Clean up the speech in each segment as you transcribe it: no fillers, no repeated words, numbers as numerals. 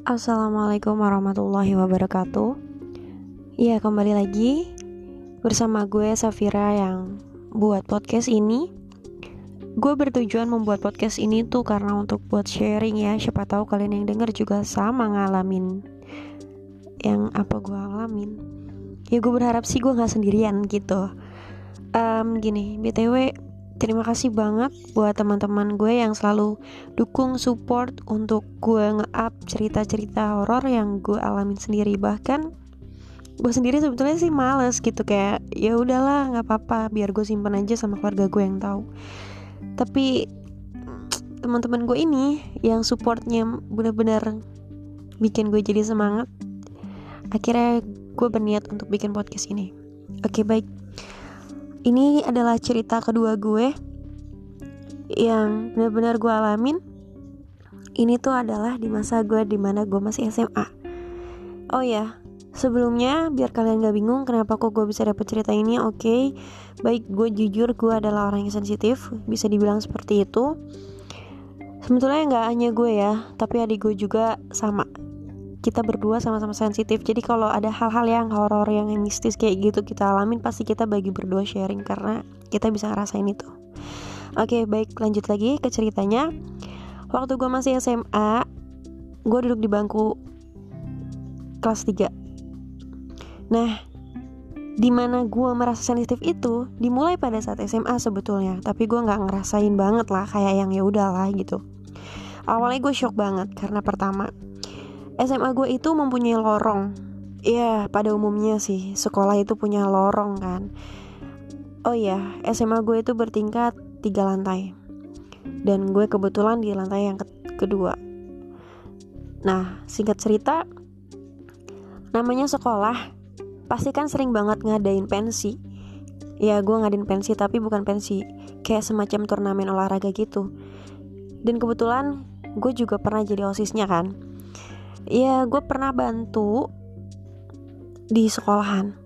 Assalamualaikum warahmatullahi wabarakatuh. Ya, kembali lagi bersama gue Safira yang buat podcast ini. Gue bertujuan membuat podcast ini tuh karena untuk buat sharing ya. Siapa tahu kalian yang denger juga sama ngalamin yang apa gue alamin. Ya gue berharap sih gue gak sendirian gitu. Gini, BTW terima kasih banget buat teman-teman gue yang selalu dukung support untuk gue nge-up cerita-cerita horor yang gue alamin sendiri. Bahkan gue sendiri sebetulnya sih males gitu, kayak ya udahlah nggak apa-apa biar gue simpen aja sama keluarga gue yang tahu. Tapi teman-teman gue ini yang supportnya benar-benar bikin gue jadi semangat. Akhirnya gue berniat untuk bikin podcast ini. Oke, baik. Ini adalah cerita kedua gue yang benar-benar gue alamin. Ini tuh adalah di masa gue dimana gue masih SMA. Oh ya, sebelumnya biar kalian gak bingung kenapa kok gue bisa dapet cerita ini. Oke, baik, gue jujur gue adalah orang yang sensitif, bisa dibilang seperti itu. Sebetulnya gak hanya gue ya, tapi adik gue juga sama. Kita berdua sama-sama sensitif. Jadi kalau ada hal-hal yang horor, yang mistis kayak gitu kita alamin, pasti kita bagi berdua sharing karena kita bisa ngerasain itu. Oke, baik, lanjut lagi ke ceritanya. Waktu gue masih SMA, gue duduk di bangku kelas 3. Nah, dimana gue merasa sensitif itu dimulai pada saat SMA sebetulnya, tapi gue nggak ngerasain banget lah, kayak yang ya udahlah gitu. Awalnya gue shock banget karena pertama, SMA gue itu mempunyai lorong. Ya, pada umumnya sih sekolah itu punya lorong kan. Oh ya, SMA gue itu bertingkat 3 lantai. Dan gue kebetulan di lantai yang kedua. Nah, singkat cerita, namanya sekolah pasti kan sering banget ngadain pensi. Ya, gue ngadain pensi tapi bukan pensi, kayak semacam turnamen olahraga gitu. Dan kebetulan gue juga pernah jadi OSISnya kan. Ya, gue pernah bantu di sekolahan.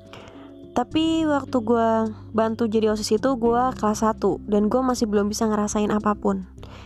Tapi waktu gue bantu jadi OSIS itu gue kelas 1 dan gue masih belum bisa ngerasain apapun.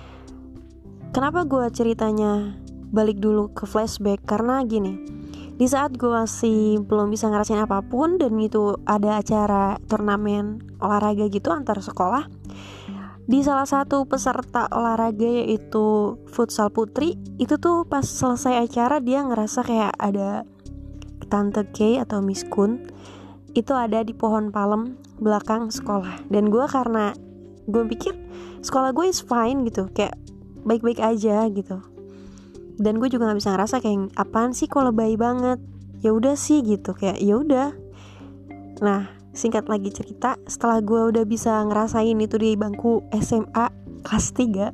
Kenapa gue ceritanya balik dulu ke flashback? Karena gini, di saat gue masih belum bisa ngerasain apapun dan itu ada acara turnamen olahraga gitu antar sekolah, di salah satu peserta olahraga yaitu futsal putri, itu tuh pas selesai acara dia ngerasa kayak ada Tante Kay atau Miss Kun itu ada di pohon palem belakang sekolah. Dan gue karena gue pikir sekolah gue is fine gitu, kayak baik-baik aja gitu. Dan gue juga nggak bisa ngerasa kayak apaan sih kalau baik banget. Ya udah sih gitu, kayak ya udah. Nah, singkat lagi cerita, setelah gue udah bisa ngerasain itu di bangku SMA kelas 3,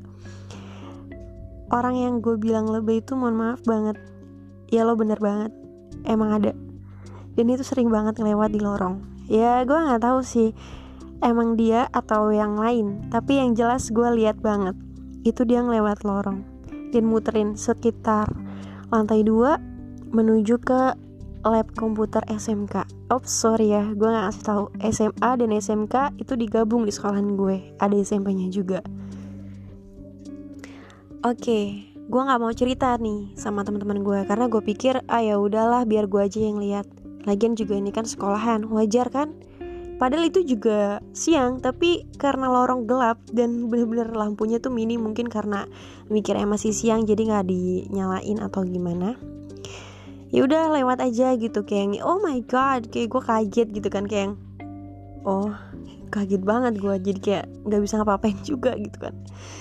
orang yang gue bilang lebih itu mohon maaf banget, ya lo bener banget, emang ada. Dan itu sering banget ngelewat di lorong. Ya gue gak tahu sih emang dia atau yang lain, tapi yang jelas gue lihat banget itu dia ngelewat lorong dan muterin sekitar lantai 2 menuju ke lab komputer SMK. Sorry ya, gue gak ngasih tahu. SMA dan SMK itu digabung di sekolahan gue. Ada SMP-nya juga. Oke, gue gak mau cerita nih sama teman-teman gue karena gue pikir ya udahlah biar gue aja yang lihat. Lagian juga ini kan sekolahan, wajar kan? Padahal itu juga siang, tapi karena lorong gelap dan bener-bener lampunya tuh mini, mungkin karena mikirnya masih siang jadi gak dinyalain atau gimana. Ya udah lewat aja gitu, kayak oh my god, kayak gue kaget gitu kan, kayak oh kaget banget gue, jadi kayak nggak bisa ngapa-ngapain juga gitu kan.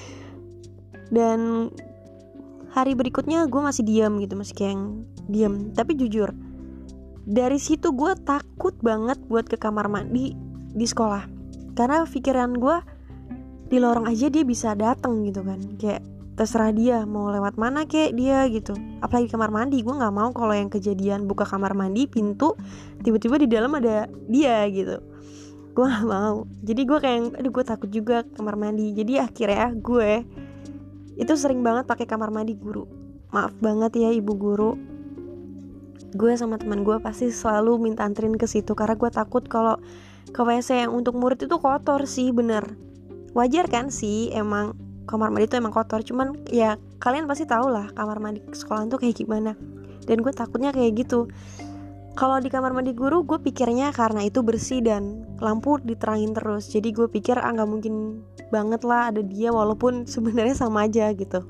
Dan hari berikutnya gue masih diam gitu, masih kayak diam. Tapi jujur dari situ gue takut banget buat ke kamar mandi di sekolah karena pikiran gue di lorong aja dia bisa datang gitu kan, kayak terserah dia mau lewat mana kek dia gitu. Apalagi kamar mandi, gue nggak mau kalau yang kejadian buka kamar mandi pintu tiba-tiba di dalam ada dia gitu. Gue nggak mau. Jadi gue kayak aduh gue takut juga kamar mandi. Jadi akhirnya gue itu sering banget pakai kamar mandi guru. Maaf banget ya ibu guru. Gue sama teman gue pasti selalu minta anterin ke situ karena gue takut kalau ke WC yang untuk murid itu kotor sih, bener. Wajar kan sih emang kamar mandi tuh emang kotor. Cuman ya kalian pasti tahu lah kamar mandi sekolah tuh kayak gimana. Dan gue takutnya kayak gitu. Kalau di kamar mandi guru, gue pikirnya karena itu bersih dan lampu diterangin terus. Jadi gue pikir nggak mungkin banget lah ada dia, walaupun sebenarnya sama aja gitu.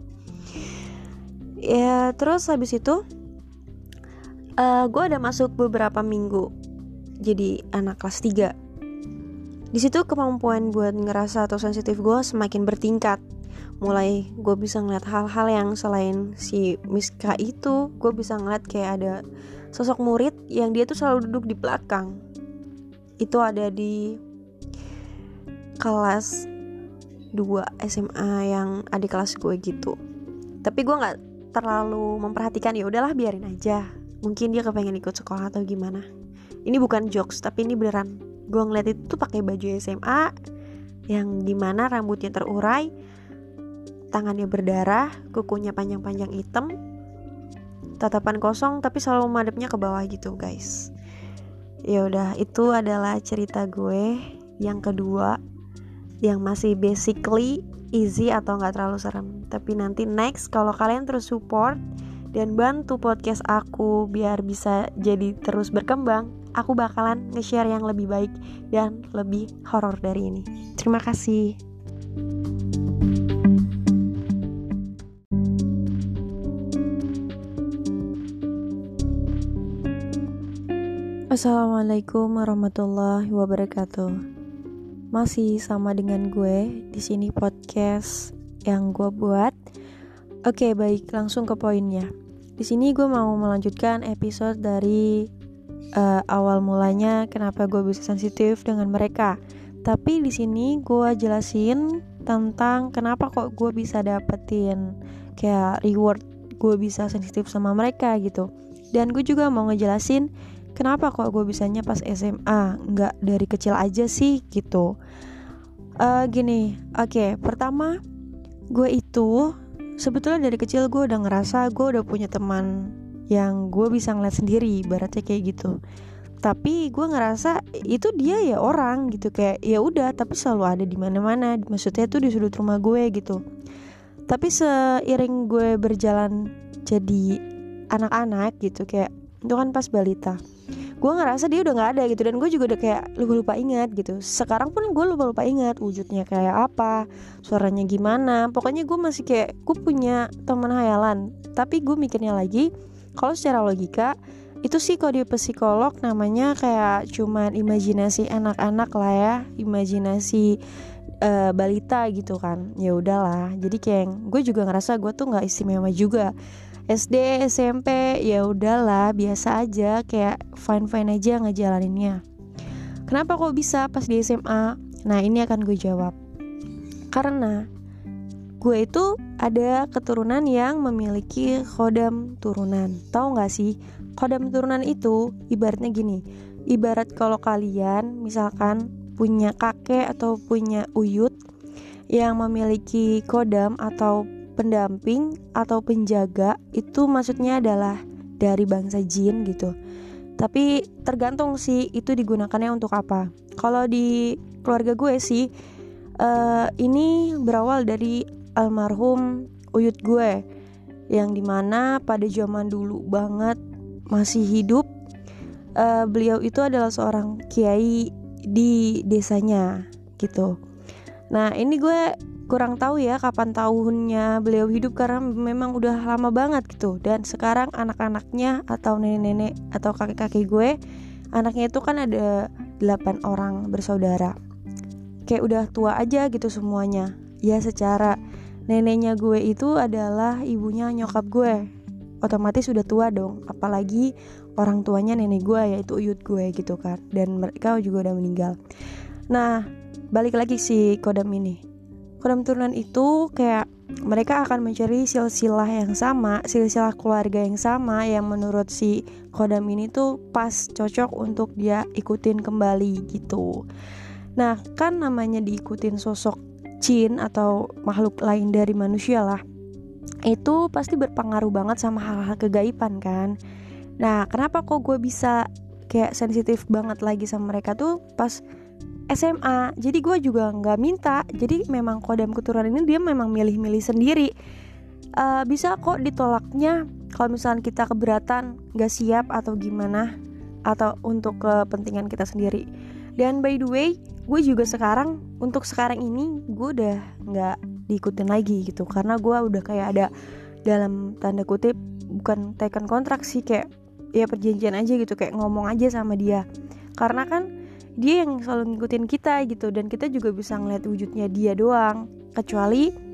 Ya terus habis itu gue ada masuk beberapa minggu jadi anak kelas 3. Di situ kemampuan buat ngerasa atau sensitif gue semakin bertingkat. Mulai gue bisa ngeliat hal-hal yang selain si Miska itu. Gue bisa ngeliat kayak ada sosok murid yang dia tuh selalu duduk di belakang. Itu ada di kelas 2 SMA yang adik kelas gue gitu. Tapi gue gak terlalu memperhatikan, ya udahlah biarin aja. Mungkin dia kepengen ikut sekolah atau gimana. Ini bukan jokes, tapi ini beneran. Gue ngeliat itu tuh pakai baju SMA yang dimana rambutnya terurai, tangannya berdarah, kukunya panjang-panjang hitam, tatapan kosong tapi selalu madepnya ke bawah gitu guys. Ya udah, itu adalah cerita gue yang kedua, yang masih basically easy atau nggak terlalu serem. Tapi nanti next kalau kalian terus support dan bantu podcast aku biar bisa jadi terus berkembang, aku bakalan nge-share yang lebih baik dan lebih horor dari ini. Terima kasih. Assalamualaikum warahmatullahi wabarakatuh. Masih sama dengan gue di sini podcast yang gue buat. Oke, baik, langsung ke poinnya. Di sini gue mau melanjutkan episode dari awal mulanya kenapa gue bisa sensitif dengan mereka. Tapi di sini gue jelasin tentang kenapa kok gue bisa dapetin kayak reward, gue bisa sensitif sama mereka gitu. Dan gue juga mau ngejelasin kenapa kok gue bisanya pas SMA, nggak dari kecil aja sih gitu. Pertama, gue itu sebetulnya dari kecil gue udah ngerasa gue udah punya teman yang gue bisa ngeliat sendiri, ibaratnya kayak gitu. Tapi gue ngerasa itu dia ya orang gitu, kayak ya udah, tapi selalu ada di mana-mana. Maksudnya tuh di sudut rumah gue gitu. Tapi seiring gue berjalan jadi anak-anak gitu, kayak itu kan pas balita, gue ngerasa dia udah gak ada gitu. Dan gue juga udah kayak lupa ingat gitu. Sekarang pun gue lupa ingat wujudnya kayak apa, suaranya gimana. Pokoknya gue masih kayak gue punya teman hayalan. Tapi gue mikirnya lagi, kalau secara logika itu sih kalau di psikolog namanya kayak cuman imajinasi anak-anak lah ya, imajinasi balita gitu kan. Ya udahlah, jadi kayak gue juga ngerasa gue tuh nggak istimewa juga. SD, SMP, ya udahlah biasa aja, kayak fine aja ngejalaninnya. Kenapa kok bisa pas di SMA? Nah, ini akan gue jawab. Karena gue itu ada keturunan yang memiliki khodam turunan. Tahu nggak sih? Khodam turunan itu ibaratnya gini. Ibarat kalau kalian misalkan punya kakek atau punya uyut yang memiliki khodam atau pendamping atau penjaga, itu maksudnya adalah dari bangsa jin gitu. Tapi tergantung sih itu digunakannya untuk apa. Kalau di keluarga gue sih ini berawal dari almarhum uyut gue, yang dimana pada zaman dulu banget masih hidup. Beliau itu adalah seorang kiai di desanya gitu. Nah, ini gue kurang tahu ya kapan tahunnya beliau hidup, karena memang udah lama banget gitu. Dan sekarang anak-anaknya atau nenek-nenek atau kakek-kakek gue, anaknya itu kan ada 8 orang bersaudara. Kayak udah tua aja gitu semuanya. Ya secara neneknya gue itu adalah ibunya nyokap gue, otomatis udah tua dong. Apalagi orang tuanya nenek gue, yaitu uyut gue gitu kan. Dan mereka juga udah meninggal. Nah, balik lagi si kodam ini. Kodam turunan itu kayak mereka akan mencari silsilah yang sama, silsilah keluarga yang sama, yang menurut si kodam ini tuh pas cocok untuk dia ikutin kembali gitu. Nah, kan namanya diikutin sosok jin atau makhluk lain dari manusia lah, itu pasti berpengaruh banget sama hal-hal kegaiban kan. Nah, kenapa kok gue bisa kayak sensitif banget lagi sama mereka tuh pas SMA. Jadi gue juga nggak minta. Jadi memang kodam keturunan ini dia memang milih-milih sendiri. Bisa kok ditolaknya kalau misalnya kita keberatan, gak siap atau gimana, atau untuk kepentingan kita sendiri. Dan by the way, gue juga untuk sekarang ini gue udah gak diikutin lagi gitu. Karena gue udah kayak ada dalam tanda kutip, bukan tekan kontrak sih, kayak ya perjanjian aja gitu, kayak ngomong aja sama dia. Karena kan dia yang selalu ngikutin kita gitu, dan kita juga bisa ngeliat wujudnya dia doang. Kecuali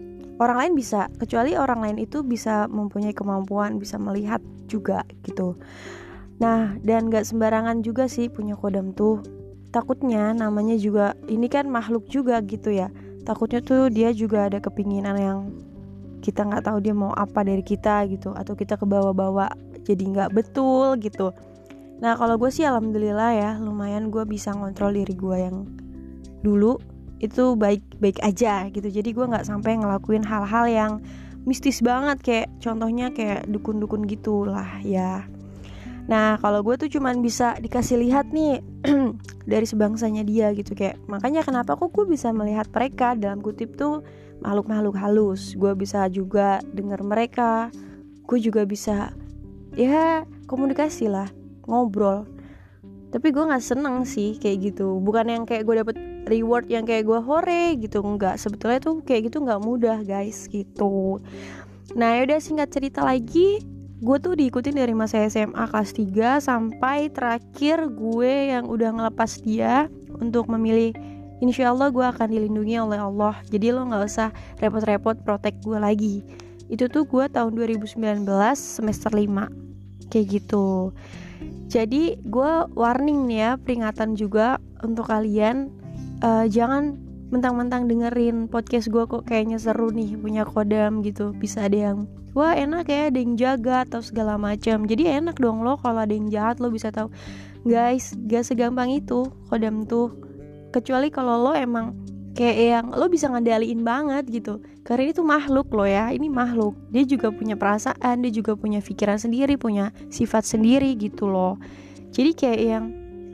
orang lain itu bisa mempunyai kemampuan bisa melihat juga gitu. Nah, dan gak sembarangan juga sih punya kodam tuh. Takutnya namanya juga, ini kan makhluk juga gitu ya. Takutnya tuh dia juga ada kepinginan yang kita gak tahu dia mau apa dari kita gitu. Atau kita kebawa-bawa jadi gak betul gitu. Nah, kalau gue sih alhamdulillah ya, lumayan gue bisa ngontrol diri gue yang dulu itu baik-baik aja gitu. Jadi gue gak sampai ngelakuin hal-hal yang mistis banget, kayak contohnya kayak dukun-dukun gitu lah ya. Nah, kalau gue tuh cuman bisa dikasih lihat nih dari sebangsanya dia gitu, kayak makanya kenapa kok gue bisa melihat mereka dalam kutip tuh makhluk-makhluk halus. Gue bisa juga dengar mereka, gue juga bisa ya komunikasi lah, ngobrol. Tapi gue gak seneng sih kayak gitu. Bukan yang kayak gue dapet reward yang kayak gue hore gitu, enggak. Sebetulnya tuh kayak gitu gak mudah guys gitu. Nah yaudah, singkat cerita lagi, gue tuh diikutin dari masa SMA kelas 3 sampai terakhir gue yang udah ngelepas dia untuk memilih insyaallah gue akan dilindungi oleh Allah. Jadi lo gak usah repot-repot protect gue lagi. Itu tuh gue tahun 2019 semester 5 kayak gitu. Jadi gue warning nih ya, peringatan juga untuk kalian, jangan mentang-mentang dengerin podcast gue kok kayaknya seru nih punya kodam gitu. Bisa ada yang wah enak ya, ada yang jaga atau segala macam. Jadi enak dong lo kalau ada yang jahat, lo bisa tahu. Guys, gak segampang itu kodam tuh. Kecuali kalau lo emang kayak yang lo bisa ngendaliin banget gitu. Karena itu makhluk lo ya, ini makhluk. Dia juga punya perasaan, dia juga punya pikiran sendiri, punya sifat sendiri gitu loh. Jadi kayak yang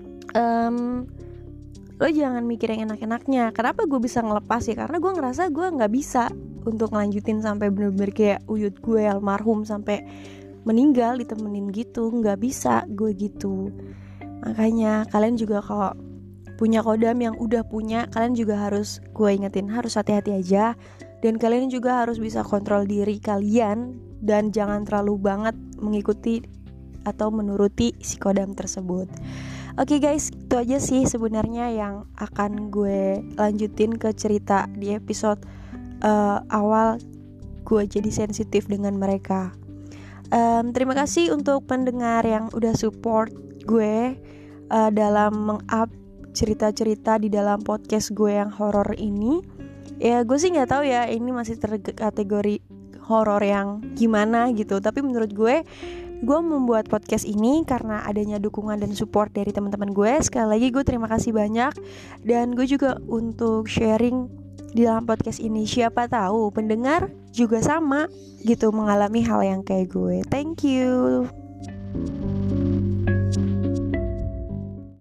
lo jangan mikir yang enak-enaknya. Kenapa gue bisa ngelepas ya? Karena gue ngerasa gue gak bisa untuk ngelanjutin sampai bener-bener kayak uyut gue almarhum sampai meninggal ditemenin gitu. Gak bisa gue gitu. Makanya kalian juga kalau punya kodam yang udah punya, kalian juga harus, gue ingetin, harus hati-hati aja. Dan kalian juga harus bisa kontrol diri kalian, dan jangan terlalu banget mengikuti atau menuruti si kodam tersebut. Oke guys, itu aja sih sebenarnya yang akan gue lanjutin ke cerita di episode awal gue jadi sensitif dengan mereka. Terima kasih untuk pendengar yang udah support gue dalam meng-up cerita-cerita di dalam podcast gue yang horor ini. Ya gue sih nggak tahu ya ini masih terkategori horor yang gimana gitu. Tapi menurut gue membuat podcast ini karena adanya dukungan dan support dari teman-teman gue. Sekali lagi gue terima kasih banyak. Dan gue juga untuk sharing di dalam podcast ini, siapa tahu pendengar juga sama gitu mengalami hal yang kayak gue. Thank you.